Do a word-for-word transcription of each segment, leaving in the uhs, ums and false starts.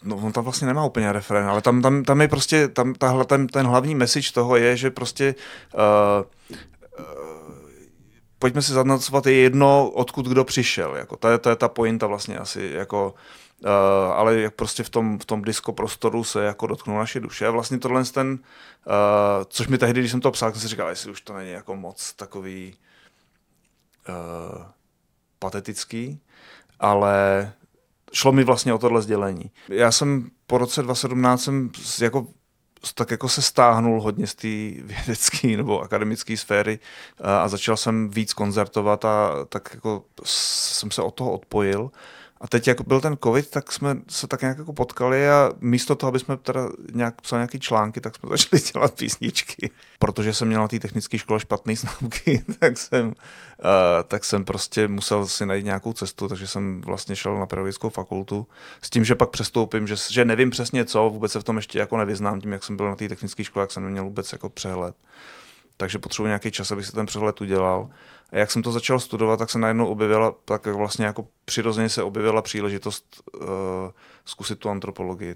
No, on tam vlastně nemá úplně refrén, ale tam, tam, tam je prostě, tam, tahle, ten, ten hlavní message toho je, že prostě uh, uh, pojďme si zanocovat, je jedno, odkud kdo přišel, jako, to, je, to je ta pointa vlastně asi, jako, uh, ale jak prostě v tom, v tom disco prostoru se jako dotknul naše duše a vlastně tohle ten, uh, což mi tehdy, když jsem to psal, jsem si říkal, jestli už to není jako moc takový uh, patetický, ale šlo mi vlastně o tohle sdělení. Já jsem po roce dva tisíce sedmnáct jsem jako, tak jako se stáhnul hodně z té vědecké nebo akademické sféry a začal jsem víc koncertovat a tak jako jsem se od toho odpojil. A teď, jak byl ten covid, tak jsme se tak nějak jako potkali a místo toho, aby jsme teda nějak psali nějaký články, tak jsme začali dělat písničky. Protože jsem měl na té technické škole špatné známky, tak jsem, uh, tak jsem prostě musel si najít nějakou cestu, takže jsem vlastně šel na pedagogickou fakultu s tím, že pak přestoupím, že, že nevím přesně co, vůbec se v tom ještě jako nevyznám tím, jak jsem byl na té technické škole, jak jsem neměl vůbec jako přehled. Takže potřebuji nějaký čas, abych si ten přehled udělal. A jak jsem to začal studovat, tak se najednou objevila, tak vlastně jako přirozeně se objevila příležitost uh, zkusit tu antropologii.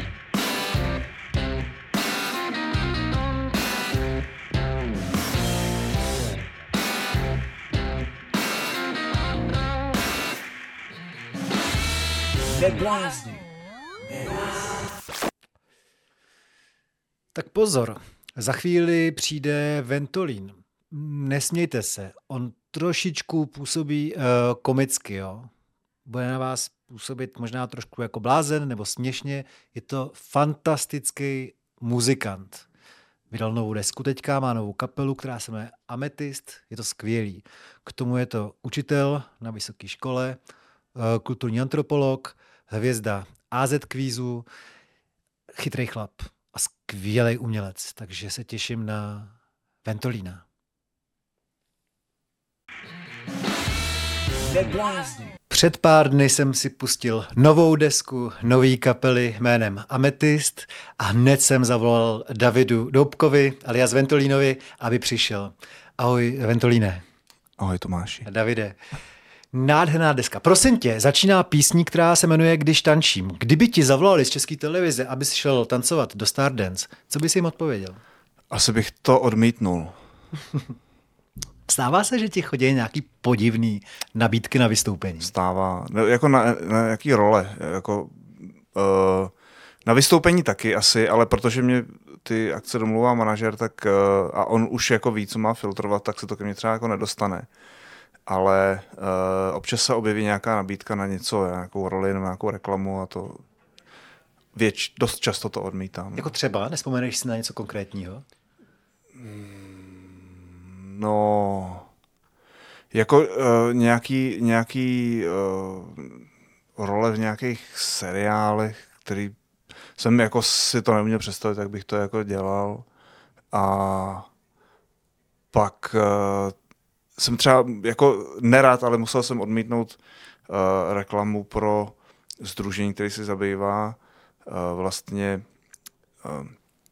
Tak pozor, za chvíli přijde Ventolin. Nesmějte se, on trošičku působí uh, komicky, jo. Bude na vás působit možná trošku jako blázen nebo směšně. Je to fantastický muzikant. Vydal novou desku teďka, má novou kapelu, která se jmenuje Amethyst. Je to skvělý. K tomu je to učitel na vysoké škole, uh, kulturní antropolog, hvězda á zet kvízu, chytrý chlap a skvělý umělec. Takže se těším na Ventolina. Před pár dny jsem si pustil novou desku, nový kapely jménem Amethyst a hned jsem zavolal Davidu Doubkovi alias Ventolinovi, aby přišel. Ahoj Ventolíne. Ahoj Tomáši. Davide. Nádherná deska. Prosím tě, začíná písní, která se jmenuje Když tančím. Kdyby ti zavolali z České televize, abys šel tancovat do Stardance, co bys jim odpověděl? Asi bych to odmítnul. Stává se, že ti chodí nějaký podivný nabídky na vystoupení? Stává. No, jako na, na jaký role? Jako, uh, na vystoupení taky asi, ale protože mě ty akce domluvá manažer, tak uh, a on už jako ví, co má filtrovat, tak se to ke mně třeba jako nedostane. Ale uh, občas se objeví nějaká nabídka na něco, nějakou roli nebo nějakou reklamu a to věč, dost často to odmítám. Jako třeba? Nespomeneš si na něco konkrétního? No, jako uh, nějaký, nějaký uh, role v nějakých seriálech, který jsem jako si to neuměl představit, jak bych to jako dělal. A pak uh, jsem třeba jako nerad, ale musel jsem odmítnout uh, reklamu pro sdružení, který se zabývá uh, vlastně uh,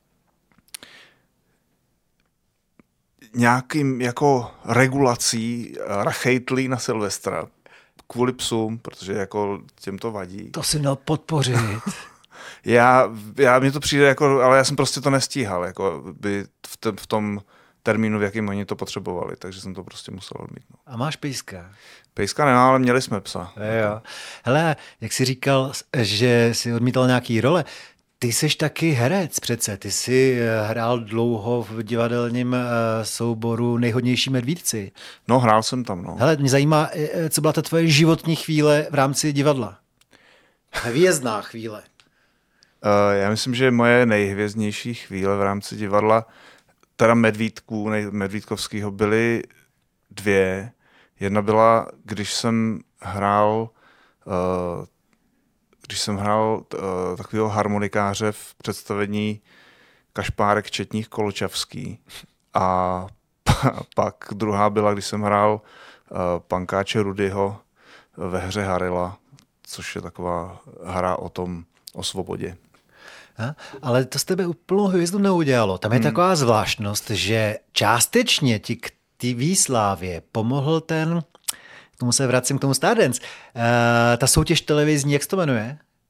nějakým jako regulací rachejtlí na Silvestra kvůli psům, protože jako těm to vadí. To si měl podpořit. já, já, mně to přijde jako, ale já jsem prostě to nestíhal, jako by v, t- v tom termínu, v jakým oni to potřebovali, takže jsem to prostě musel odmítnout. A máš pejska? Pejska nemá, ale měli jsme psa. Jo. Hele, jak jsi říkal, že jsi odmítal nějaký role, ty jsi taky herec přece, ty jsi hrál dlouho v divadelním souboru Nejhodnější medvídci. No, hrál jsem tam, no. Hele, mě zajímá, co byla ta tvoje životní chvíle v rámci divadla? Hvězdná chvíle. Uh, já myslím, že moje nejhvězdnější chvíle v rámci divadla, teda Medvídků, Medvídkovského, byly dvě. Jedna byla, když jsem hrál uh, když jsem hrál uh, takového harmonikáře v představení Kašpárek Četních Koločavský. A p- pak druhá byla, když jsem hrál uh, pankáče Rudyho ve hře Harila, což je taková hra o tom, o svobodě. Ha? Ale to z tebe úplnou hvězdu neudělalo. Tam je hmm. taková zvláštnost, že částečně ti k té výslávě pomohl ten, k tomu se vracím k tomu Stardance, uh, ta soutěž televizní, jak se to jmenuje?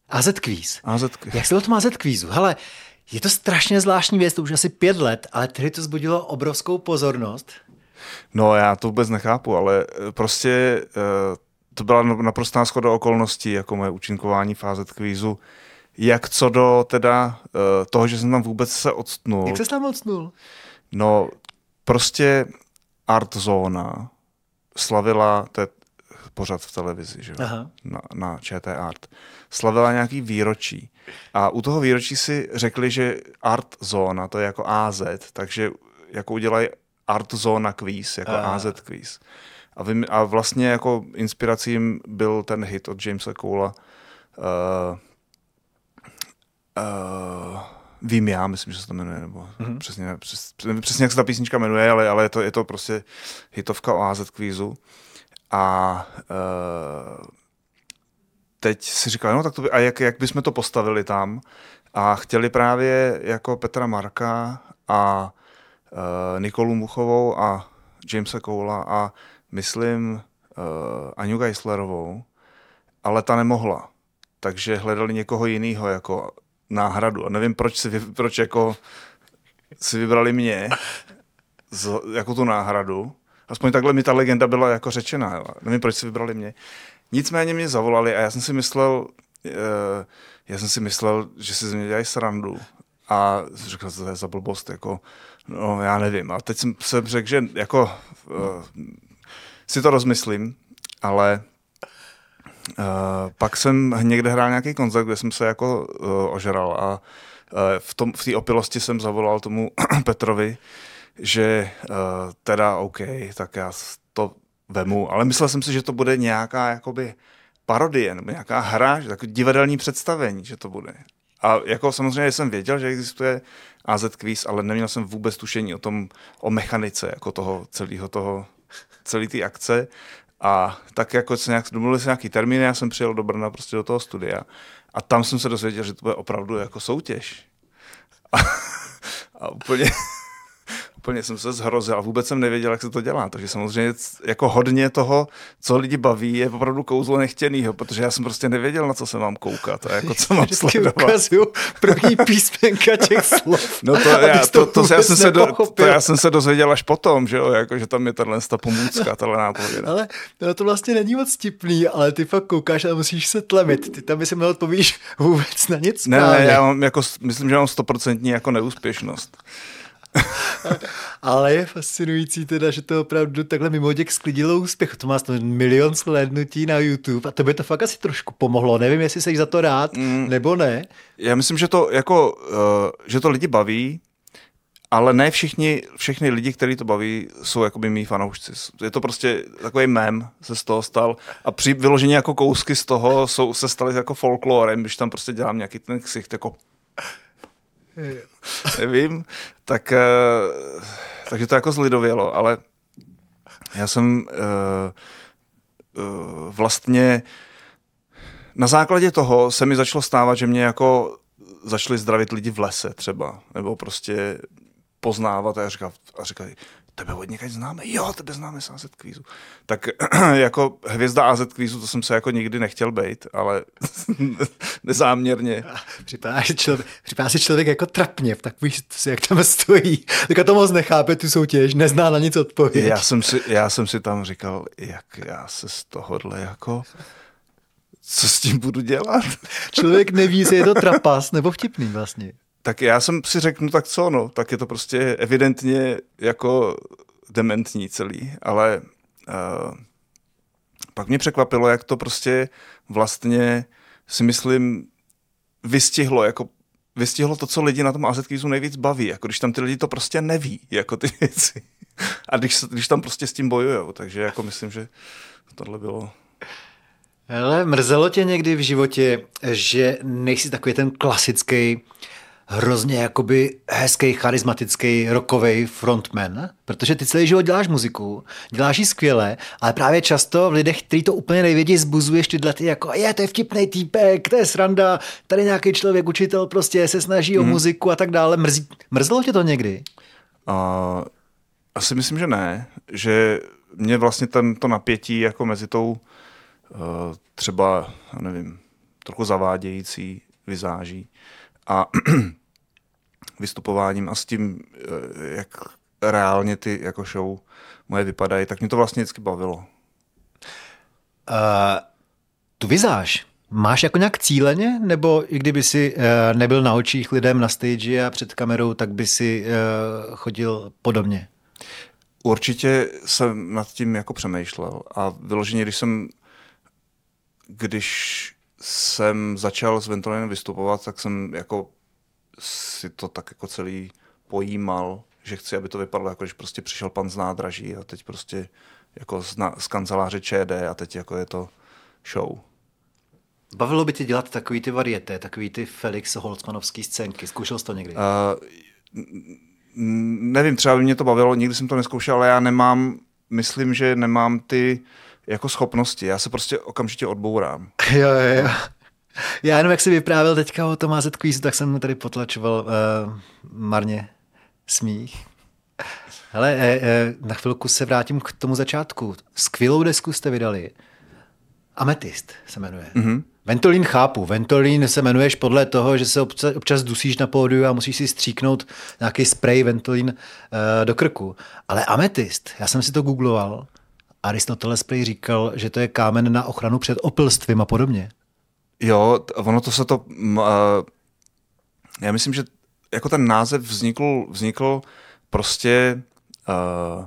á zet Quiz. á zet Quiz. Jak se o tom á zet Quizu? Hele, je to strašně zvláštní věc, to už asi pět let, ale tehdy to zbudilo obrovskou pozornost. No já to vůbec nechápu, ale prostě to byla naprostá shoda okolností, jako moje účinkování v á zet Quizu. Jak co do teda toho, že jsem tam vůbec se odstnul. Jak se tam odstnul? No prostě Art Zóna slavila, to je pořad v televizi, že? Na, na ČT Art, slavila nějaký výročí. A u toho výročí si řekli, že Art Zóna, to je jako á zet, takže jako udělají Art Zóna Quiz, jako á zet Quiz. A, vím, a vlastně jako inspirací byl ten hit od Jamesa Cola. Uh, uh, Vím já, myslím, že se to jmenuje, nebo mm-hmm. přesně, přes, přesně jak se ta písnička jmenuje, ale, ale je, to, je to prostě hitovka o á zet Quizu. A uh, teď si říkali, no tak to by, a jak, jak bychom to postavili tam? A chtěli právě jako Petra Marka a uh, Nikolu Muchovou a Jamesa Cola a myslím uh, Aňu Geislerovou, ale ta nemohla. Takže hledali někoho jiného jako náhradu. A nevím, proč si, proč jako si vybrali mě z, jako tu náhradu. Aspoň takhle mi ta legenda byla jako řečená. Jo. Nevím, proč si vybrali mě. Nicméně mě zavolali a já jsem si myslel, uh, já jsem si myslel, že si z mě dělají srandu. A řekl, že to je za blbost, jako, no já nevím. A teď jsem se řekl, že jako uh, si to rozmyslím, ale uh, pak jsem někde hrál nějaký koncert, kde jsem se jako uh, ožral a uh, v tom, v té opilosti jsem zavolal tomu Petrovi, že uh, teda OK, tak já to vemu, ale myslel jsem si, že to bude nějaká jakoby parodie, nebo nějaká hra, takový divadelní představení, že to bude. A jako samozřejmě jsem věděl, že existuje á zet Quiz, ale neměl jsem vůbec tušení o tom, o mechanice, jako toho celého toho, celé té akce. A tak jako se nějak domluvili se nějaký termíny, já jsem přijel do Brna prostě do toho studia a tam jsem se dozvěděl, že to bude opravdu jako soutěž. A, a úplně... Úplně jsem se zhrozil a vůbec jsem nevěděl, jak se to dělá. Takže samozřejmě jako hodně toho, co lidi baví, je opravdu kouzlo nechtěnýho, protože já jsem prostě nevěděl, na co se mám koukat a jako co mám sledovat. Ukazuju první písmenka těch slov. No to, já, to, to, to, já jsem se do, to já jsem se dozvěděl až potom, že, jo, jako, že tam je tato ta pomůcka, tato nápověda. Ale no to vlastně není moc vtipný, ale ty fakt koukáš a musíš se tlemit. Ty tam by si měl odpovíš vůbec na nic správně. Ne, ne, já mám jako, myslím, že mám stoprocentní jako neúspěšnost. Ale je fascinující teda, že to opravdu takhle mimoděk sklidilo úspěch. To má milion slednutí na YouTube a to by to fakt asi trošku pomohlo. Nevím, jestli jsi za to rád, mm. nebo ne. Já myslím, že to jako, uh, že to lidi baví, ale ne všichni, všechny lidi, kteří to baví, jsou jakoby mý fanoušci. Je to prostě takový mem, se z toho stal a při vyložení jako kousky z toho jsou, se staly jako folklorem, když tam prostě dělám nějaký ten ksicht jako nevím, tak, uh, takže to jako zlidovělo, ale já jsem uh, uh, vlastně na základě toho se mi začalo stávat, že mě jako začali zdravit lidi v lese třeba, nebo prostě poznávat a, říkal, a říkali, tebe od někať známe? Jo, tebe známe z á zet Quizu. Tak jako hvězda á zet Quizu, to jsem se jako nikdy nechtěl bejt, ale nezáměrně. Připadá si člověk, připadá si člověk jako trapně, tak víš, jak tam stojí. Tak to moc nechápe tu soutěž, nezná na nic odpověď. Já jsem si, já jsem si tam říkal, jak já se z tohohle jako... Co s tím budu dělat? Člověk neví, jestli je to trapas nebo vtipný vlastně. Tak já jsem si řekl, no tak co, no, tak je to prostě evidentně jako dementní celý, ale uh, pak mě překvapilo, jak to prostě vlastně si myslím vystihlo, jako vystihlo to, co lidi na tom á zet Quizu nejvíc baví, jako když tam ty lidi to prostě neví, jako ty věci. A když, když tam prostě s tím bojujou, takže jako myslím, že tohle bylo... Hele, mrzelo tě někdy v životě, že nejsi takový ten klasický, hrozně jakoby hezký, charismatický, rockový frontman? Protože ty celý život děláš muziku, děláš ji skvěle, ale právě často v lidech, kteří to úplně největší zbuzuješ tyhle ty jako, je, to je vtipnej týpek, to je sranda, tady nějaký člověk, učitel prostě se snaží mm. o muziku a tak dále. Mrzí, mrzelo tě to někdy? Uh, asi myslím, že ne, že mě vlastně ten, to napětí jako mezi tou uh, třeba, nevím, trochu zavádějící vizáží a vystupováním a s tím, jak reálně ty jako show moje vypadají, tak mě to vlastně vždycky bavilo. Uh, tu vizáž máš jako nějak cíleně, nebo i kdyby si uh, nebyl na očích lidem na stage a před kamerou, tak by si uh, chodil podobně? Určitě jsem nad tím jako přemýšlel a vyloženě, když jsem když jsem začal s Ventolinem vystupovat, tak jsem jako si to tak jako celý pojímal, že chci, aby to vypadalo jako, když prostě přišel pan z nádraží a teď prostě jako z, na, z kanceláře ČD a teď jako je to show. Bavilo by tě dělat takový ty varieté, takový ty Felix Holzmanovský scénky? Zkoušel jsi to někdy? Uh, nevím, třeba by mě to bavilo, nikdy jsem to neskoušel, ale já nemám, myslím, že nemám ty jako schopnosti. Já se prostě okamžitě odbourám. Jo, jo, jo. Já jenom, jak jsi vyprávěl teďka o tom á zet Quizu, tak jsem mu tady potlačoval uh, marně smích. Hele, eh, eh, na chvilku se vrátím k tomu začátku. Skvělou desku jste vydali. Ametist se jmenuje. Mm-hmm. Ventolin chápu. Ventolin se jmenuješ podle toho, že se občas, občas dusíš na pódiu a musíš si stříknout nějaký spray Ventolin uh, do krku. Ale ametist, já jsem si to googloval. Aristoteles prý říkal, že to je kámen na ochranu před opilstvím a podobně. Jo, ono to se to... Uh, já myslím, že jako ten název vznikl, vznikl prostě... Uh,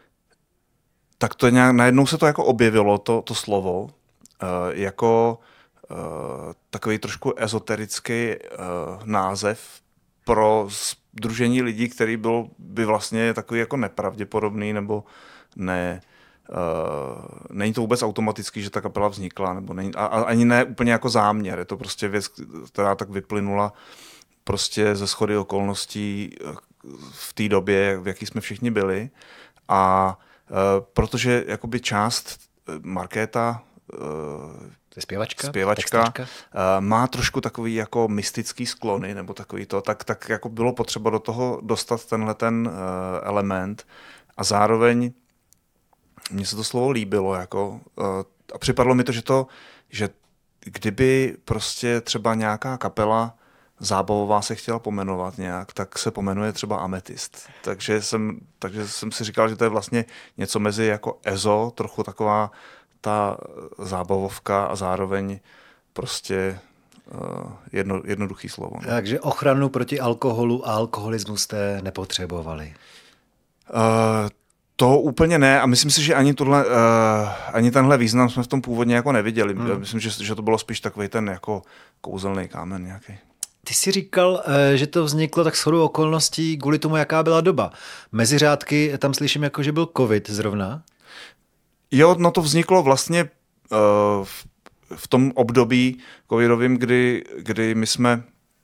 tak to nějak, najednou se to jako objevilo, to, to slovo, uh, jako uh, takový trošku ezoterický uh, název pro sdružení lidí, který byl by vlastně takový jako nepravděpodobný, nebo ne... Uh, není to vůbec automatický, že ta kapela vznikla, nebo není, a, a ani ne úplně jako záměr, je to prostě věc, která tak vyplynula prostě ze shody okolností v té době, v jaký jsme všichni byli. A uh, protože jakoby část Markéta, uh, zpěvačka, zpěvačka uh, má trošku takový jako mystický sklony, nebo takový to, tak, tak jako bylo potřeba do toho dostat tenhle ten uh, element a zároveň mně se to slovo líbilo, jako, uh, a připadlo mi to, že to, že kdyby prostě třeba nějaká kapela zábavová se chtěla pomenovat nějak, tak se pomenuje třeba Ametist. Takže jsem, takže jsem si říkal, že to je vlastně něco mezi jako ezo, trochu taková ta zábavovka a zároveň prostě uh, jedno, jednoduchý slovo. No. Takže ochranu proti alkoholu a alkoholismu jste nepotřebovali? Uh, To úplně ne a myslím si, že ani, tohle, uh, ani tenhle význam jsme v tom původně jako neviděli. Hmm. Myslím, že, že to bylo spíš takový ten jako kouzelný kámen nějaký. Ty jsi říkal, že to vzniklo tak shodou okolností kvůli tomu, jaká byla doba. Mezi řádky tam slyším, jako, že byl covid zrovna. Jo, no to vzniklo vlastně uh, v, v tom období covidovým, kdy, kdy my jsme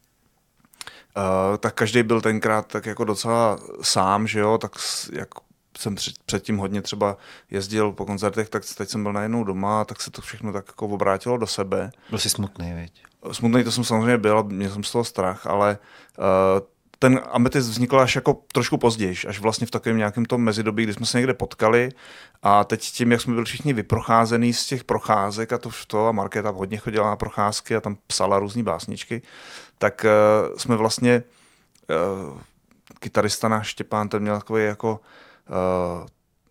uh, tak každý byl tenkrát tak jako docela sám, že jo, tak jak jsem předtím hodně třeba jezdil po koncertech, tak teď jsem byl najednou doma, tak se to všechno tak jako obrátilo do sebe. Byl jsi smutný, viď? Smutný to jsem samozřejmě byl a měl jsem z toho strach, ale uh, ten Ametist vznikl až jako trošku později, až vlastně v takovém nějakém tom mezidobí, kdy jsme se někde potkali a teď tím, jak jsme byli všichni vyprocházený z těch procházek a to, to a Markéta hodně chodila na procházky a tam psala různý básničky, tak uh, jsme vlastně uh, kytarista náš Štěpán, ten měl takový jako Uh,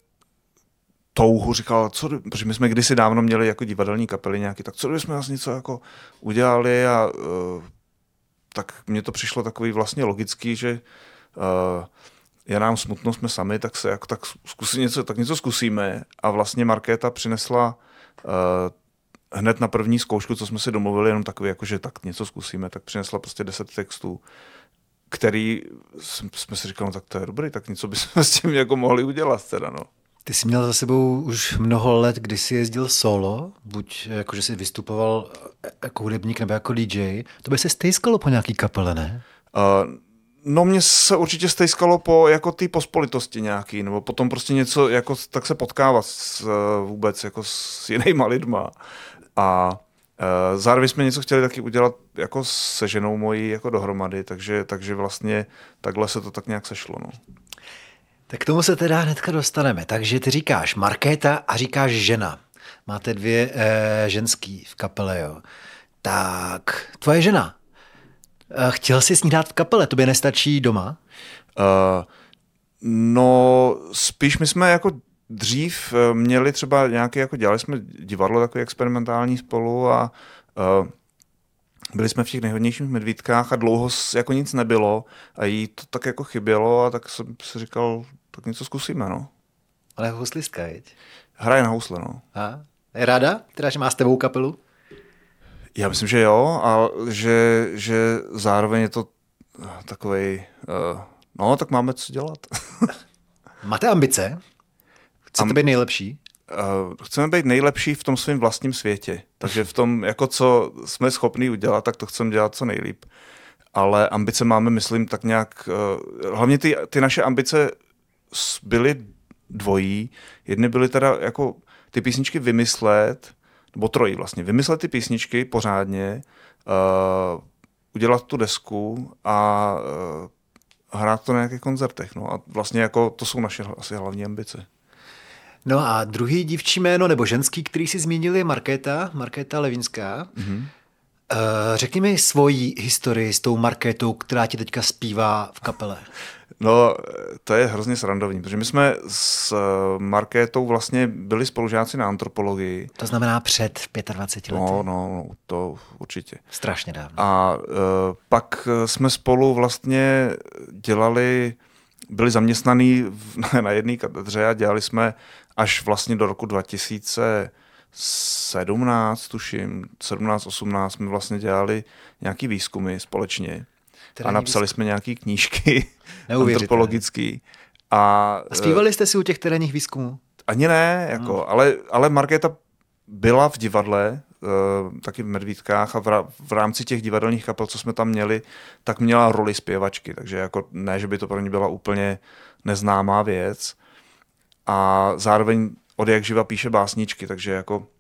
touhu, říkal, co, protože my jsme kdysi dávno měli jako divadelní kapely nějaký, tak co kdyby jsme vlastně něco jako udělali a uh, tak mně to přišlo takový vlastně logický, že uh, je nám smutno, jsme sami, tak se jako tak zkusí něco, tak něco zkusíme a vlastně Markéta přinesla uh, hned na první zkoušku, co jsme si domluvili, jenom takový jako, že tak něco zkusíme, tak přinesla prostě deset textů, který jsme si říkali, no tak to je dobrý, tak něco bychom s tím jako mohli udělat teda, no. Ty jsi měl za sebou už mnoho let, kdy jsi jezdil solo, buď jako, že jsi vystupoval jako hudebník nebo jako dý džej. To by se stejskalo po nějaký kapele, ne? Uh, no mně se určitě stejskalo po jako té pospolitosti nějaký, nebo potom prostě něco, jako tak se potkávat s, vůbec jako s jinýma lidma. A Uh, zároveň jsme něco chtěli taky udělat jako se ženou mojí jako dohromady, takže, takže vlastně takhle se to tak nějak sešlo. No. Tak k tomu se teda hnedka dostaneme. Takže ty říkáš Markéta a říkáš žena. Máte dvě eh, ženský v kapele, jo. Tak, tvoje žena. Eh, Chtěl jsi s ní hrát v kapele, tobě nestačí doma? Uh, no, spíš my jsme jako dřív eh, měli třeba nějaké, jako dělali jsme divadlo takové experimentální spolu a uh, byli jsme v těch nejhodnějších Medvídkách a dlouho s- jako nic nebylo a jí to tak jako chybělo a tak jsem si říkal, tak něco zkusíme, no. Ale huslistka, jeď. Hraje na housle, no. A? Je ráda, teda, že má s tebou kapelu? Já myslím, že jo, a že, že zároveň je to takovej, uh, no, tak máme co dělat. Máte ambice? Chcete Am- být nejlepší? Uh, chceme být nejlepší v tom svém vlastním světě. Takže v tom, jako co jsme schopní udělat, tak to chceme dělat co nejlíp. Ale ambice máme, myslím, tak nějak... Uh, hlavně ty, ty naše ambice s- byly dvojí. Jedny byly teda jako ty písničky vymyslet, nebo trojí vlastně, vymyslet ty písničky pořádně, uh, udělat tu desku a uh, hrát to na nějakých koncertech. No. A vlastně jako to jsou naše asi hlavní ambice. No a druhý dívčí jméno, nebo ženský, který si zmínili, je Markéta, Markéta Levinská. Mm-hmm. Uh, řekni mi svoji historii s tou Markétou, která ti teďka zpívá v kapele. No, to je hrozně srandovní, protože my jsme s Markétou vlastně byli spolužáci na antropologii. To znamená před dvaceti pěti lety. No, no, to určitě. Strašně dávno. A uh, pak jsme spolu vlastně dělali, byli zaměstnaný v, na jedné katedře a dělali jsme až vlastně do roku dva tisíce sedmnáct, tuším, sedmnáct osmnáct jsme vlastně dělali nějaký výzkumy společně. Terénní A napsali výzkum. jsme nějaký knížky Neuvěřitelné. antropologický. A, A zpívali jste si u těch terénních výzkumů? ani ne, jako, hmm. ale, ale Markéta byla v divadle, uh, taky v Medvídkách a v, ra- v rámci těch divadelních kapel, co jsme tam měli, tak měla roli zpěvačky, takže jako ne, že by to pro ní byla úplně neznámá věc. A zároveň od jak živa píše básničky, takže jako uh,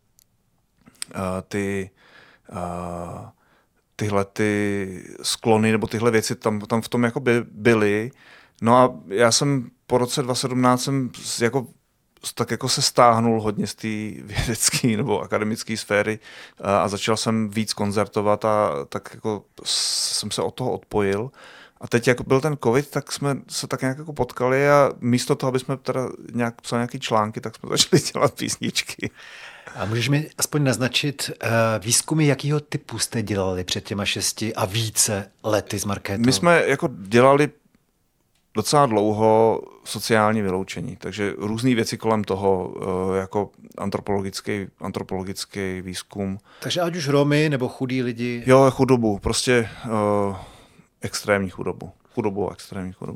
ty uh, tyhle ty sklony nebo tyhle věci tam, tam v tom jako by byly. No a já jsem po roce dva tisíce sedmnáct jsem s- jako, tak jako se stáhnul hodně z té vědecké nebo akademické sféry a, a začal jsem víc koncertovat a tak jako s- jsem se od toho odpojil. A teď, jak byl ten covid, tak jsme se tak nějak jako potkali a místo toho, aby jsme teda nějak psali nějaký články, tak jsme začali dělat písničky. A můžeš mi aspoň naznačit uh, výzkumy, jakýho typu jste dělali před těma šesti a více lety s Markétou? My jsme jako dělali docela dlouho sociální vyloučení, takže různé věci kolem toho, eh, jako antropologický, antropologický výzkum. Takže ať už Romy nebo chudí lidi. Jo, chudobu, prostě uh, extrémní chudobu. Chudobu a extrémní chudobu.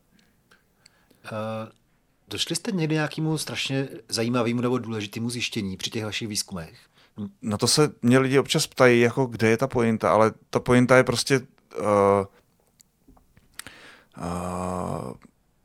Uh, došli jste někdy nějakému strašně zajímavému nebo důležitému zjištění při těch vašich výzkumech? Na to se mě lidi občas ptají, jako kde je ta pointa, ale ta pointa je prostě uh, uh,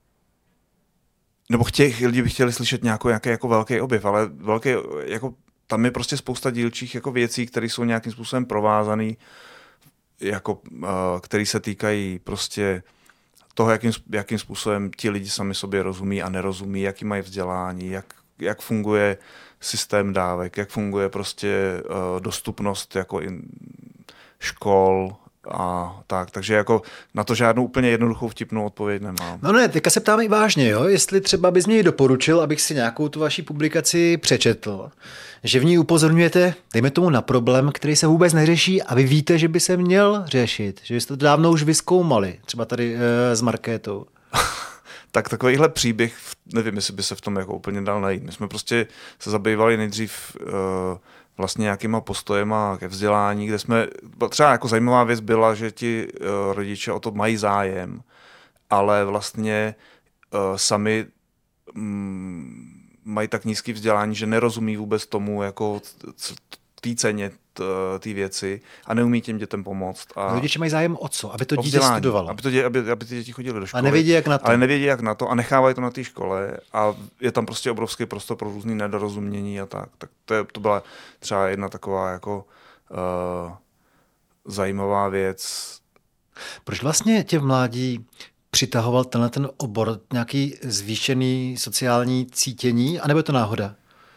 nebo chtějí, lidi by chtěli slyšet nějakou, nějaký jako velký objev, ale velký, jako, tam je prostě spousta dílčích jako věcí, které jsou nějakým způsobem provázané, jako, uh, které se týkají prostě toho, jakým, jakým způsobem ti lidi sami sobě rozumí a nerozumí, jaký mají vzdělání, jak, jak funguje systém dávek, jak funguje prostě uh, dostupnost jako in, škol a tak. Takže jako na to žádnou úplně jednoduchou vtipnou odpověď nemám. No ne, teďka se ptáme i vážně, jo? Jestli třeba bys mě doporučil, abych si nějakou tu vaši publikaci přečetl, že v ní upozorňujete, dejme tomu, na problém, který se vůbec neřeší a vy víte, že by se měl řešit, že byste to dávno už vyzkoumali, třeba tady e, s Markétou. Tak takovýhle příběh, nevím, jestli by se v tom jako úplně dal najít. My jsme prostě se zabývali nejdřív uh, vlastně nějakýma postojema ke vzdělání, kde jsme, třeba jako zajímavá věc byla, že ti uh, rodiče o to mají zájem, ale vlastně uh, sami um, mají tak nízký vzdělání, že nerozumí vůbec tomu, jako té ceně té věci a neumí těm dětem pomoct. A Rodiče mají zájem o co? Aby to o dítě vzdělání, studovalo. Aby, to dě, aby, aby ty děti chodily do školy. A nevědí, jak na to. Ale nevědí, jak na to a nechávají to na té škole a je tam prostě obrovský prostor pro různý nedorozumění a tak. Tak to, je, to byla třeba jedna taková jako uh, zajímavá věc. Proč vlastně tě v mládí přitahoval tenhle ten obor, nějaký zvýšený sociální cítění, anebo je to náhoda?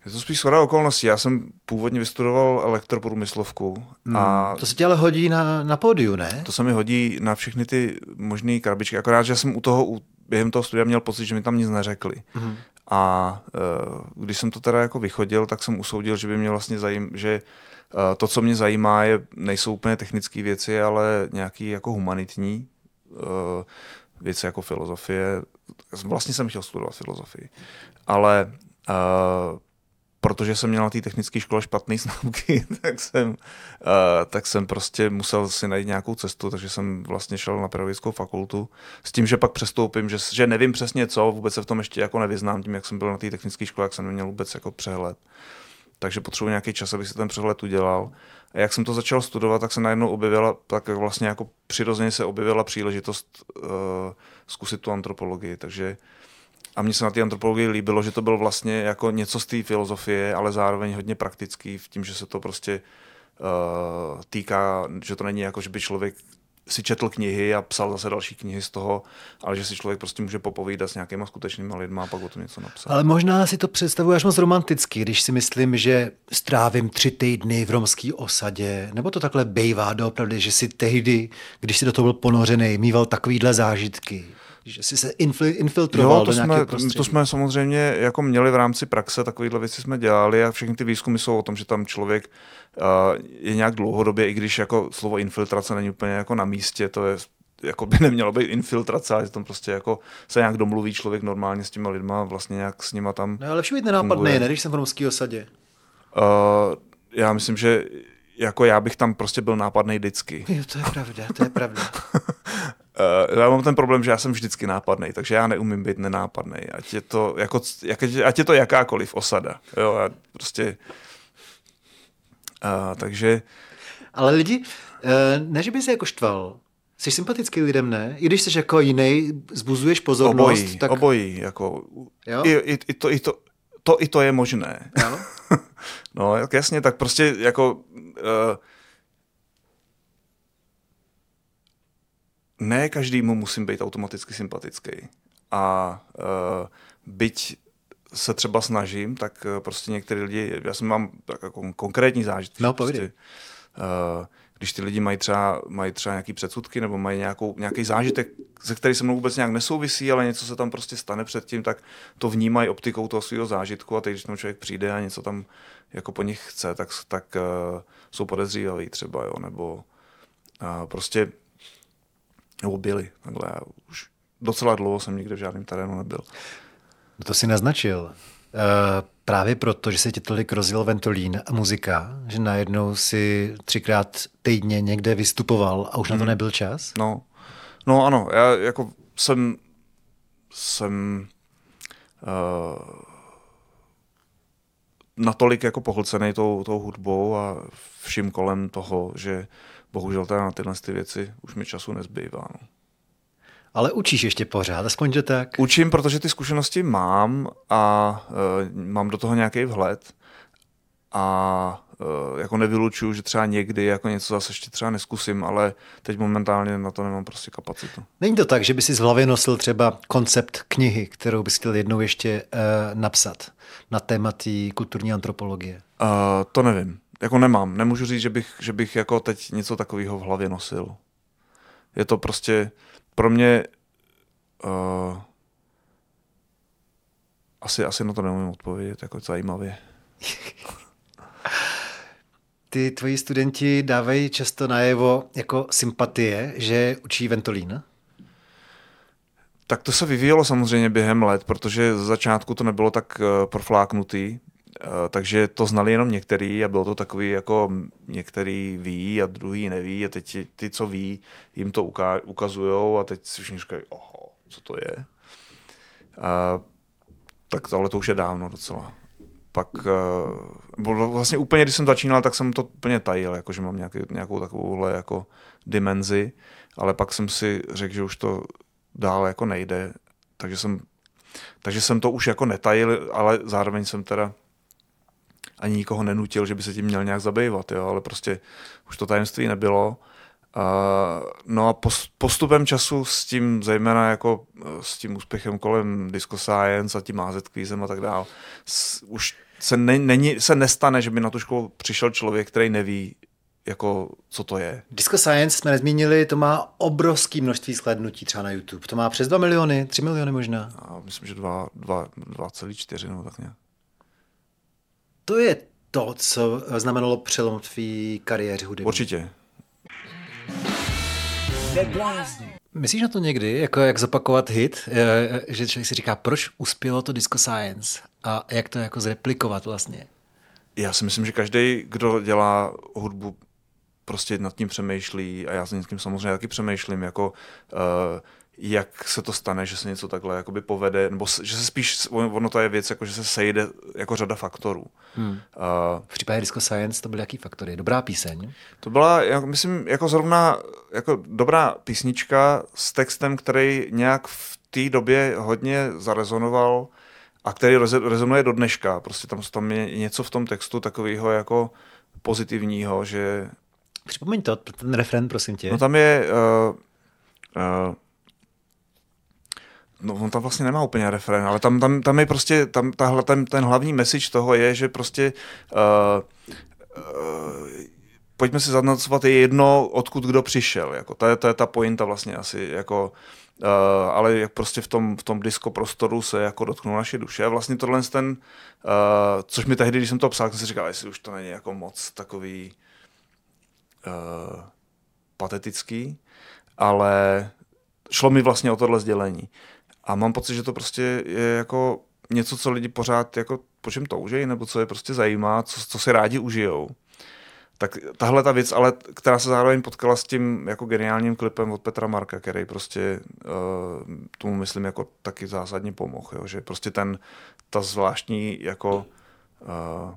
Je to spíš shoda okolností. Já jsem původně vystudoval elektroprůmyslovku. A hmm, to se ti ale hodí na, na pódiu, ne? To se mi hodí na všechny ty možné krabičky. Akorát, že jsem u toho, u, během toho studia měl pocit, že mi tam nic neřekli. Hmm. A uh, když jsem to teda jako vychodil, tak jsem usoudil, že by mě vlastně zajím, že uh, to, co mě zajímá, je, nejsou úplně technické věci, ale nějaký jako humanitní uh, věci jako filozofie. Vlastně jsem chtěl studovat filozofii. Ale uh, protože jsem měl na té technické škole špatné známky, tak jsem, uh, tak jsem prostě musel si najít nějakou cestu, takže jsem vlastně šel na pedagogickou fakultu s tím, že pak přestoupím, že, že nevím přesně co, vůbec se v tom ještě jako nevyznám, tím, jak jsem byl na té technické škole, jak jsem neměl vůbec jako přehled. Takže potřebuji nějaký čas, abych si ten přehled udělal. A jak jsem to začal studovat, tak se najednou objevila, tak vlastně jako přirozeně se objevila příležitost uh, zkusit tu antropologii, takže a mně se na té antropologii líbilo, že to bylo vlastně jako něco z té filozofie, ale zároveň hodně praktický v tím, že se to prostě uh, týká, že to není jako, že by člověk si četl knihy a psal zase další knihy z toho, ale že si člověk prostě může popovídat s nějakýma skutečnýma lidma a pak o tom něco napsat. Ale možná si to představuji až moc romanticky, když si myslím, že strávím tři týdny v romské osadě, nebo to takhle bejvá doopravdy, že si tehdy, když si do toho byl ponořený, mýval takovýhle zážitky. Že jsi se infiltroval jo, to do nějakého jsme, prostředí. To jsme samozřejmě jako měli v rámci praxe, takovýhle věci jsme dělali a všechny ty výzkumy jsou o tom, že tam člověk uh, je nějak dlouhodobě, i když jako slovo infiltrace není úplně jako na místě, to je jako by nemělo být infiltrace, ale tam prostě jako se nějak domluví člověk normálně s těma lidma, vlastně nějak s nima tam No ale lepší být nenápadný, ne, když jsem v romské osadě. Uh, já myslím, že jako já bych tam prostě byl nápadnej vždycky. Jo, to je pravda, to je pravda. Uh, já mám ten problém, že já jsem vždycky nápadnej, takže já neumím být nenápadnej. Ať je to, jako, jak, ať je to jakákoliv osada. Jo, já prostě... Uh, takže... Ale lidi, uh, ne, že by se jako štval. Jsi sympatický lidem, ne? I když jsi jako jiný, zbuzuješ pozornost. Obojí, tak... obojí. Jako, jo? I, i, i, to, i, to, to, I to je možné. Jo? No, jasně, tak prostě jako... Uh, ne každému musím být automaticky sympatický. A uh, byť se třeba snažím, tak uh, prostě některý lidi, já jsem mám tak jako konkrétní zážitky. No, prostě, uh, když ty lidi mají třeba, mají třeba nějaký předsudky nebo mají nějakou, nějaký zážitek, ze který se mnou vůbec nějak nesouvisí, ale něco se tam prostě stane předtím, tak to vnímají optikou toho svého zážitku a teď, když tam člověk přijde a něco tam jako po nich chce, tak, tak uh, jsou podezřívaví třeba, jo, nebo uh, prostě nebo byli. Takhle. Já už docela dlouho jsem nikde v žádném terénu nebyl. No to si naznačil. E, právě proto, že se ti tolik rozjel Ventolín a muzika, že najednou si třikrát týdně někde vystupoval a už hmm. na to nebyl čas? No, no ano. Já jako jsem jsem uh, natolik jako pohlcený tou, tou hudbou a vším kolem toho, že bohužel teda na tyhle ty věci už mi času nezbývá. No. Ale učíš ještě pořád, aspoň že tak? Učím, protože ty zkušenosti mám a uh, mám do toho nějaký vhled a uh, jako nevylučuju, že třeba někdy jako něco zase ještě třeba neskusím, ale teď momentálně na to nemám prostě kapacitu. Není to tak, že by si z hlavy nosil třeba koncept knihy, kterou bys chtěl jednou ještě uh, napsat na téma té kulturní antropologie? Uh, to nevím. Jako nemám. Nemůžu říct, že bych, že bych jako teď něco takového v hlavě nosil. Je to prostě pro mě uh, asi, asi na to nemůžu odpovědět jako zajímavě. Ty tvoji studenti dávají často najevo jako sympatie, že učí Ventolín? Tak to se vyvíjelo samozřejmě během let, protože z začátku to nebylo tak uh, profláknutý. Uh, takže to znali jenom některý a bylo to takový jako některý ví a druhý neví a teď ty, co ví, jim to uká- ukazujou a teď si všichni říkají, oho, co to je. Uh, tak tohle to už je dávno docela. Pak uh, vlastně úplně, když jsem začínal, tak jsem to úplně tajil, jako, že mám nějaký, nějakou takovouhle jako dimenzi, ale pak jsem si řekl, že už to dál jako nejde, takže jsem, takže jsem to už jako netajil, ale zároveň jsem teda ani nikoho nenutil, že by se tím měl nějak zabývat, jo, ale prostě už to tajemství nebylo. Uh, no a postupem času s tím, zejména jako s tím úspěchem kolem Disco Science a tím á zet kvízem a tak dál, s, už se, ne, není, se nestane, že by na tu školu přišel člověk, který neví, jako, co to je. Disco Science jsme nezmínili, to má obrovské množství shlédnutí třeba na YouTube. To má přes dva miliony, tři miliony možná. A myslím, že dva celé čtyři, no tak nějak. To je to, co znamenalo přelom tvý kariéře hudební. Určitě. Myslíš na to někdy, jako jak zopakovat hit, že člověk si říká, proč uspělo to Disco Science a jak to jako zreplikovat vlastně? Já si myslím, že každý, kdo dělá hudbu, prostě nad tím přemýšlí a já s tím samozřejmě taky přemýšlím, jako uh, jak se to stane, že se něco takhle jakoby povede, nebo že se spíš, ono to je věc, jako že se sejde jako řada faktorů. Hmm. Uh, v případě Disco Science to byly jaký faktory? Dobrá píseň? To byla, jak, myslím, jako zrovna jako dobrá písnička s textem, který nějak v té době hodně zarezonoval a který rezonuje do dneška. Prostě tam, tam je něco v tom textu takového jako pozitivního, že... Připomeň to, ten refrén, prosím tě. No tam je... Uh, uh, no on tam vlastně nemá úplně refrén, ale tam, tam, tam je prostě, tam, tahle, ten, ten hlavní message toho je, že prostě uh, uh, pojďme si zanocovat, je jedno, odkud kdo přišel. Jako, to, je, to je ta pointa vlastně asi, jako, uh, ale jak prostě v tom, v tom disco prostoru se jako dotknul naše duše. A vlastně tohle ten, uh, což mi tehdy, když jsem to psal, jsem si říkal, jestli už to není jako moc takový uh, patetický, ale šlo mi vlastně o tohle sdělení. A mám pocit, že to prostě je jako něco, co lidi pořád jako po čem toužejí, nebo co je prostě zajímá, co, co si rádi užijou. Tak tahle ta věc, ale která se zároveň potkala s tím jako geniálním klipem od Petra Marka, který prostě uh, tomu myslím jako taky zásadně pomohl, jo? Že prostě ten, ta zvláštní jako uh,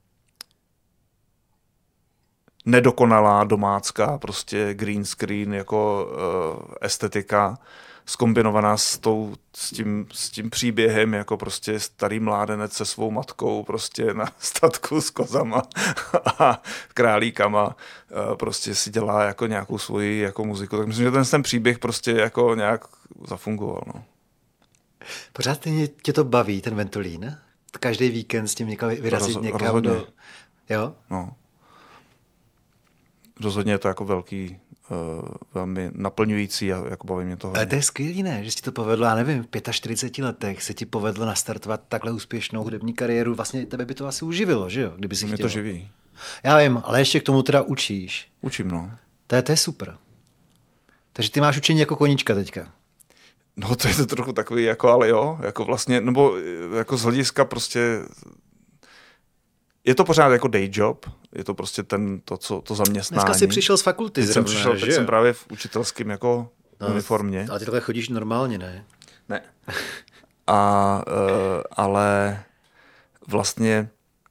nedokonalá domácká prostě green screen jako uh, estetika zkombinovaná s, tou, s, tím, s tím příběhem jako prostě starý mládenec se svou matkou prostě na statku s kozama a králíkama prostě si dělá jako nějakou svoji jako muziku. Tak myslím, že ten, ten příběh prostě jako nějak zafungoval. No. Pořád tě to baví, ten Ventolín? Každý víkend s tím někam vyrazit Roz, někam rozhodně. do... Jo? No. Rozhodně je to jako velký, uh, velmi naplňující a jako baví mě to hodně. Ale to je skvělý, ne? Že si to povedlo, já nevím, v čtyřiceti pěti letech se ti povedlo nastartovat takhle úspěšnou hudební kariéru. Vlastně tebe by to asi uživilo, že jo? Kdyby si mě chtěl. to živí. Já vím, ale ještě k tomu teda učíš. Učím, no. To je, to je super. Takže ty máš učení jako koníčka teďka. No to je to trochu takový, jako ale jo, jako vlastně, nebo jako z hlediska prostě, je to pořád jako day job, je to prostě ten, to, co, to zaměstnání. Dneska jsi přišel z fakulty zrovna, jsem přišel, teď jsem právě v učitelském jako no, uniformě. Ale ty takhle chodíš normálně, ne? Ne. A, uh, ale vlastně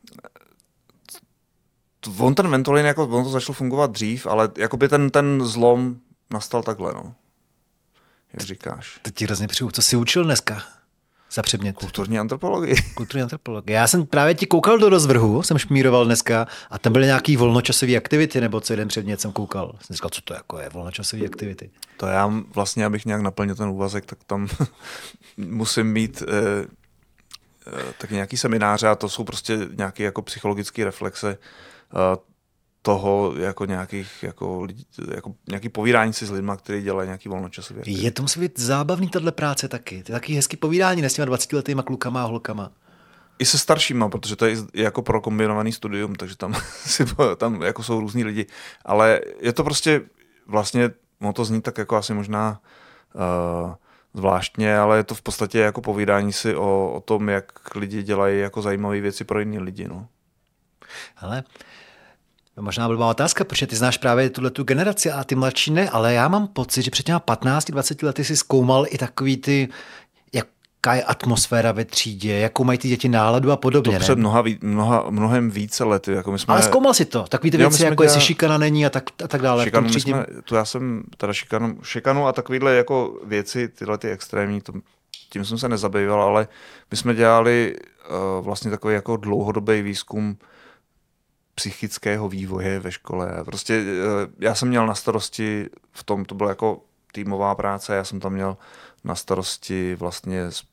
on ten Ventolin, jako, on to začal fungovat dřív, ale jakoby ten, ten zlom nastal takhle, no. Jak říkáš. To ti hrozně přijdu. Co jsi učil dneska za předmět? Kulturní antropologii. Kulturní antropologii. Já jsem právě ti koukal do rozvrhu, jsem šmíroval dneska a tam byly nějaký volnočasové aktivity, nebo co jeden předmět jsem koukal. Jsem říkal, co to jako je, volnočasové aktivity. To já vlastně, abych nějak naplnil ten úvazek, tak tam musím mít eh, eh, taky nějaký semináře a to jsou prostě nějaké jako psychologické reflexe eh, toho jako nějakých jako, jako nějaký povídání si s lidma, kteří dělají nějaký volnočasový aktivity. Je to musí být zábavný tahle práce taky. To je taky hezký povídání, ne s těma dvacetiletýma klukama a holkama. I se staršíma, protože to je jako pro kombinovaný studium, takže tam, tam jako jsou různí lidi. Ale je to prostě vlastně, no to zní tak jako asi možná uh, zvláštně, ale je to v podstatě jako povídání si o, o tom, jak lidi dělají jako zajímavé věci pro jiné lidi. No. Ale možná blbá otázka, protože ty znáš právě tuhletu generaci a ty mladší ne, ale já mám pocit, že před těma patnácti dvaceti lety si zkoumal i takový ty, jaká je atmosféra ve třídě, jakou mají ty děti náladu a podobně. To před mnoha, mnoha, mnohem více lety. Jako my jsme... Ale zkoumal si to, takový ty jo, věci, jako dělali... jestli šikana není a tak, a tak dále. Šikanu, my jsme, to já jsem teda šikanu, šikanu a takovýhle jako věci, tyhle ty extrémní, to, tím jsem se nezabýval, ale my jsme dělali uh, vlastně takový jako dlouhodobý výzkum psychického vývoje ve škole. Prostě já jsem měl na starosti v tom, to byla jako týmová práce, já jsem tam měl na starosti vlastně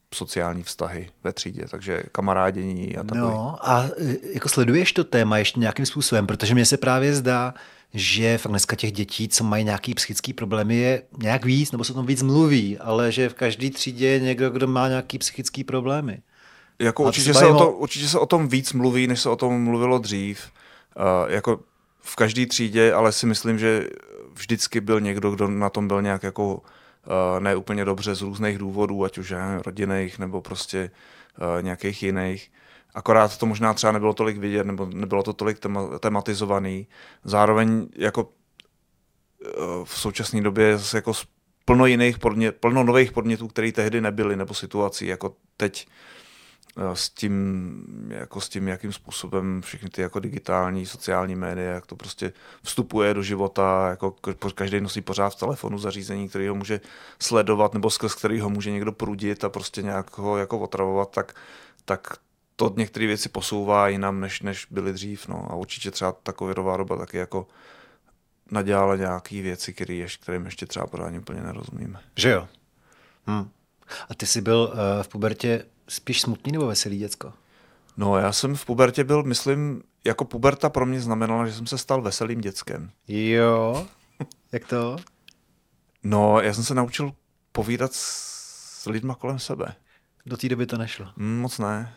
sociální vztahy ve třídě, takže kamarádění a takový. No a jako sleduješ to téma ještě nějakým způsobem, protože mně se právě zdá, že fakt dneska těch dětí, co mají nějaký psychický problémy, je nějak víc, nebo se o tom víc mluví, ale že v každé třídě je někdo, kdo má nějaký psychický problémy. Jako určitě se, o to, určitě se o tom víc mluví, než se o tom mluvilo dřív. Uh, jako v každé třídě, ale si myslím, že vždycky byl někdo, kdo na tom byl nějak jako uh, ne úplně dobře z různých důvodů, ať už nevím, rodinných nebo prostě uh, nějakých jiných. Akorát to možná třeba nebylo tolik vidět, nebo nebylo to tolik tema- tematizovaný. Zároveň jako uh, v současné době je zase jako plno jiných podně- plno nových podnětů, které tehdy nebyly, nebo situací, jako teď s tím, jako s tím, jakým způsobem všechny ty jako digitální, sociální média, jak to prostě vstupuje do života, jako každý nosí pořád v telefonu zařízení, který ho může sledovat, nebo skrz který ho může někdo prudit a prostě nějak ho jako otravovat, tak, tak to některé věci posouvá jinam, než, než byly dřív. No. A určitě třeba ta covidová doba taky jako nadělala nějaké věci, který ještě, kterým ještě třeba pořádně úplně nerozumíme. Že jo? Hm. A ty jsi byl uh, v pubertě spíš smutný nebo veselý děcko? No, já jsem v pubertě byl, myslím, jako puberta pro mě znamenala, že jsem se stal veselým děckem. Jo, jak to? No, já jsem se naučil povídat s lidma kolem sebe. Do té doby to nešlo. Mm, moc ne.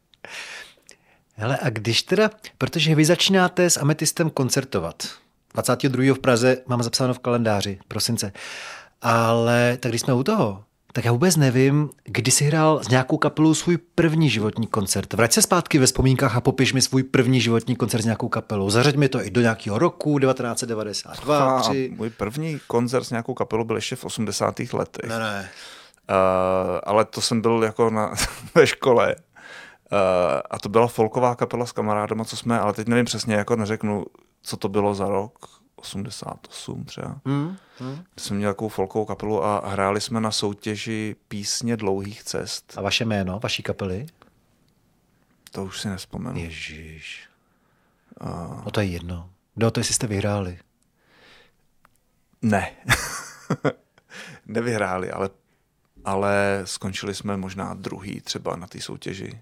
Hele, a když teda, protože vy začínáte s Ametystem koncertovat. dvacátého druhého v Praze mám zapsáno v kalendáři, prosince. Ale tak když jsme u toho, tak já vůbec nevím, kdy jsi hrál s nějakou kapelou svůj první životní koncert. Vrať se zpátky ve vzpomínkách a popiš mi svůj první životní koncert s nějakou kapelou. Zařaď mi to i do nějakého roku, devatenáct set devadesát dva, tři. Můj první koncert s nějakou kapelou byl ještě v osmdesátých letech. Ne, ne. Uh, ale to jsem byl jako na, ve škole. Uh, a to byla folková kapela s kamarádama, co jsme, ale teď nevím přesně, jako neřeknu, co to bylo za rok. osmdesát osm třeba. Hmm, hmm. Jsem měl takovou folkovou kapelu a hráli jsme na soutěži Písně dlouhých cest. A vaše jméno, vaší kapely? To už si nespomenu. Ježíš. Uh... No to je jedno. Kdo to, jestli jste vyhráli? Ne. Nevyhráli, ale, ale skončili jsme možná druhý třeba na té soutěži.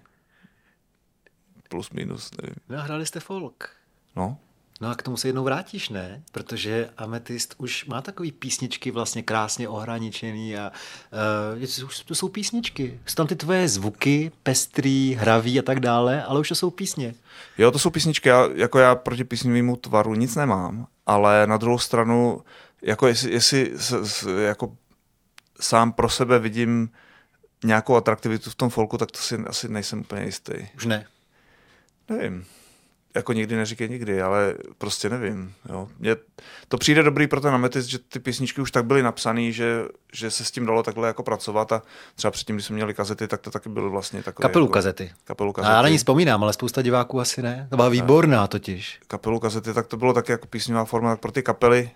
Plus, minus, nevím. No a hráli jste folk. No. No a k tomu se jednou vrátíš, ne? Protože Ametyst už má takový písničky vlastně krásně ohraničený a uh, to jsou písničky. Jsou tam ty tvoje zvuky, pestrý, hravý a tak dále, ale už to jsou písně. Jo, to jsou písničky. Já, jako já proti písňovému tvaru nic nemám, ale na druhou stranu, jako jestli, jestli s, s, jako sám pro sebe vidím nějakou atraktivitu v tom folku, tak to si asi nejsem úplně jistý. Už ne? Nevím. Jako nikdy neříkej nikdy, ale prostě nevím. Jo. Mně to přijde dobrý pro ten Ametyst, že ty písničky už tak byly napsané, že, že se s tím dalo takhle jako pracovat a třeba předtím, když jsme měli kazety, tak to taky bylo vlastně takové. Kapelu jako, kazety. Kapelu kazety. Já na ní vzpomínám, ale spousta diváků asi ne. To byla výborná totiž. Kapelu kazety, tak to bylo taky jako písňová forma, tak pro ty kapely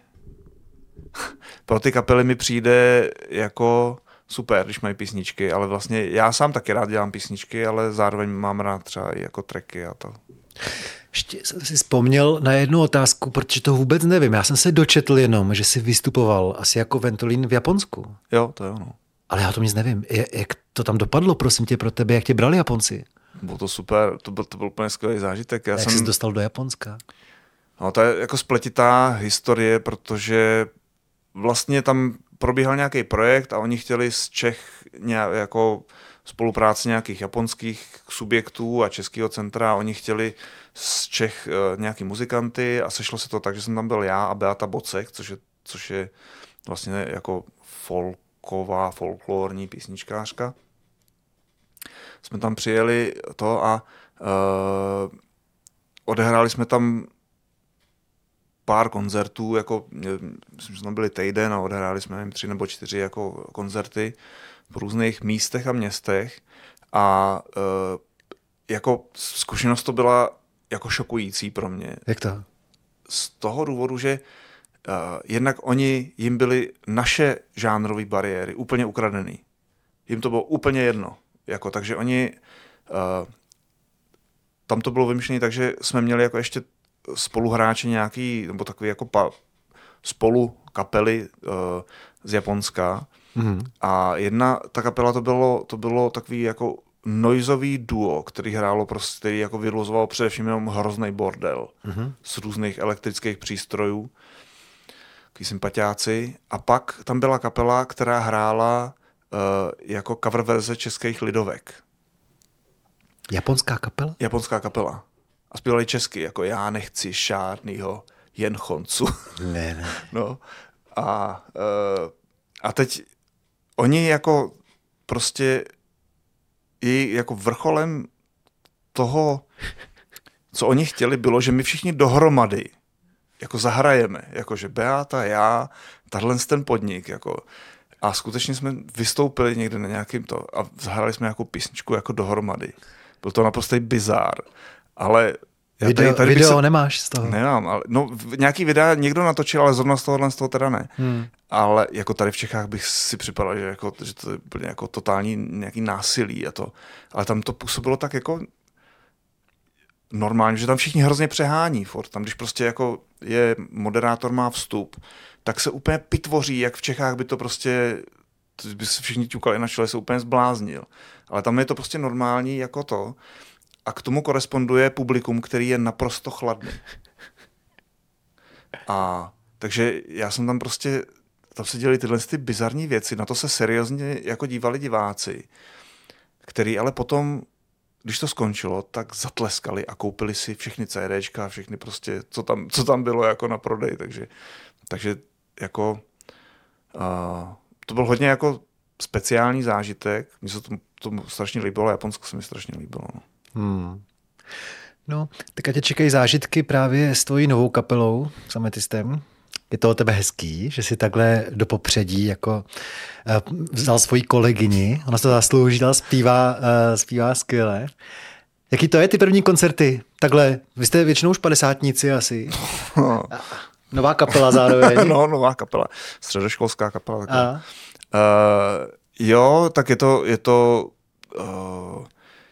pro ty kapely mi přijde jako super, když mají písničky, ale vlastně já sám taky rád dělám písničky, ale zároveň mám rád třeba i jako tracky a to. Ještě jsem si vzpomněl na jednu otázku, protože to vůbec nevím. Já jsem se dočetl jenom, že jsi vystupoval asi jako Ventolin v Japonsku. Jo, to je ono. Ale já o tom nic nevím. Jak to tam dopadlo, prosím tě, pro tebe? Jak tě brali Japonci? Bylo to super, to byl, to byl úplně skvělý zážitek. Já jak jsem... jsi dostal do Japonska? No, to je jako spletitá historie, protože vlastně tam probíhal nějaký projekt a oni chtěli z Čech nějak, jako spolupráci nějakých japonských subjektů a českého centra. Oni chtěli z Čech uh, nějaký muzikanty a sešlo se to tak, že jsem tam byl já a Beata Bocek, což je, což je vlastně jako folková, folklorní písničkářka. Jsme tam přijeli to a uh, odehráli jsme tam pár koncertů, jako myslím, že jsme byli týden a odehráli jsme nevím, tři nebo čtyři jako koncerty v různých místech a městech a uh, jako zkušenost to byla jako šokující pro mě. Jak to? Z toho důvodu, že uh, jednak oni, jim byly naše žánrové bariéry úplně ukradený. Jim to bylo úplně jedno. Jako, takže oni uh, tam to bylo vymyšlené tak, že jsme měli jako ještě spoluhráči nějaký, nebo takový jako pa, spolu kapely uh, z Japonska Mm. A jedna, ta kapela to bylo, to bylo takový jako noizový duo, který hrálo prostě, který jako vyluzoval především jenom hrozný bordel Mm. z různých elektrických přístrojů, takový sympatiáci. A pak tam byla kapela, která hrála uh, jako cover verze českých lidovek. Japonská kapela? Japonská kapela. A zpívali česky, jako já nechci žádnýho jen choncu. Ne, ne. No. A, uh, a teď oni jako prostě i jako vrcholem toho, co oni chtěli, bylo, že my všichni dohromady jako zahrajeme, jakože Beata, já, tahle ten podnik, jako a skutečně jsme vystoupili někde na nějakým to a zahrali jsme nějakou písničku jako dohromady. Byl to naprostý bizár, ale já video, tady, tady video se... nemáš z toho? Nemám, ale no nějaký videa někdo natočil, ale zrovna z tohohle z toho teda ne. Hmm. Ale jako tady v Čechách bych si připadal, že, jako, že to je úplně jako totální nějaký násilí a to. Ale tam to působilo tak jako normálně, že tam všichni hrozně přehání furt. Tam, když prostě jako je moderátor má vstup, tak se úplně pitvoří, jak v Čechách by to prostě, by se všichni ťukali na čele, se úplně zbláznil. Ale tam je to prostě normální jako to. A k tomu koresponduje publikum, který je naprosto chladný. A takže já jsem tam prostě, tam se dělaly tyhle ty bizarní věci, na to se seriózně jako dívali diváci, který ale potom, když to skončilo, tak zatleskali a koupili si všechny CDčka a všechny prostě, co tam, co tam bylo jako na prodej. Takže, takže jako uh, to byl hodně jako speciální zážitek. Mně se to, to strašně líbilo, Japonsko se mi strašně líbilo. No. Hmm. No, tak a tě čekají zážitky právě s tvojí novou kapelou, s Ametystem. Je to o tebe hezký, že si takhle do popředí jako uh, vzal svoji kolegyni, ona se to zaslouží, zpívá, uh, zpívá skvěle. Jaký to je, ty první koncerty? Takhle, vy jste většinou už padesátníci asi. No. Nová kapela zároveň. No, nová kapela, středoškolská kapela. Uh, jo, tak je to, je to uh,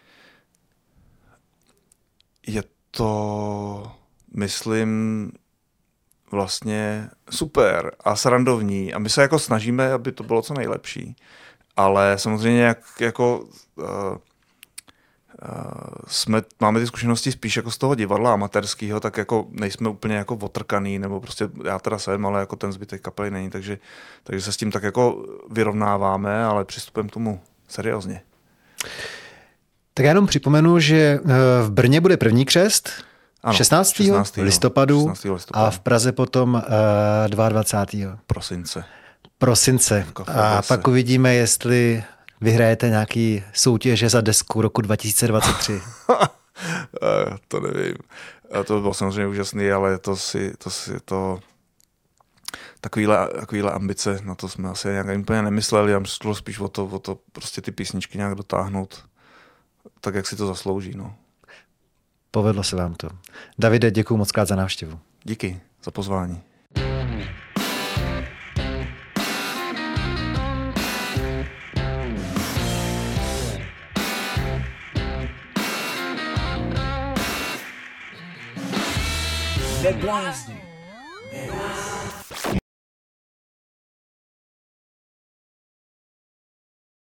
je to, myslím, vlastně super a srandovní a my se jako snažíme, aby to bylo co nejlepší, ale samozřejmě jak, jako uh, uh, jsme, máme ty zkušenosti spíš jako z toho divadla amatérského, tak jako nejsme úplně jako otrkaný, nebo prostě já teda jsem, ale jako ten zbytek kapely není, takže, takže se s tím tak jako vyrovnáváme, ale přistupujeme k tomu seriózně. Tak já jenom připomenu, že v Brně bude první křest, ano, šestnáctého šestnáctého listopadu, šestnáctého listopadu a v Praze potom uh, dvacátého druhého prosince. Prosince. A pak uvidíme, jestli vyhrajete nějaký soutěže za desku roku dva tisíce dvacet tři. To nevím. To by bylo samozřejmě úžasný, ale to si to, si, to takovýhle, takovýhle ambice, na to jsme asi nějak úplně nemysleli, já šlo spíš o to, o to prostě ty písničky nějak dotáhnout tak, jak si to zaslouží. No. Povedlo se vám to. Davide, děkuju moc krát za návštěvu. Díky za pozvání. Neblázni.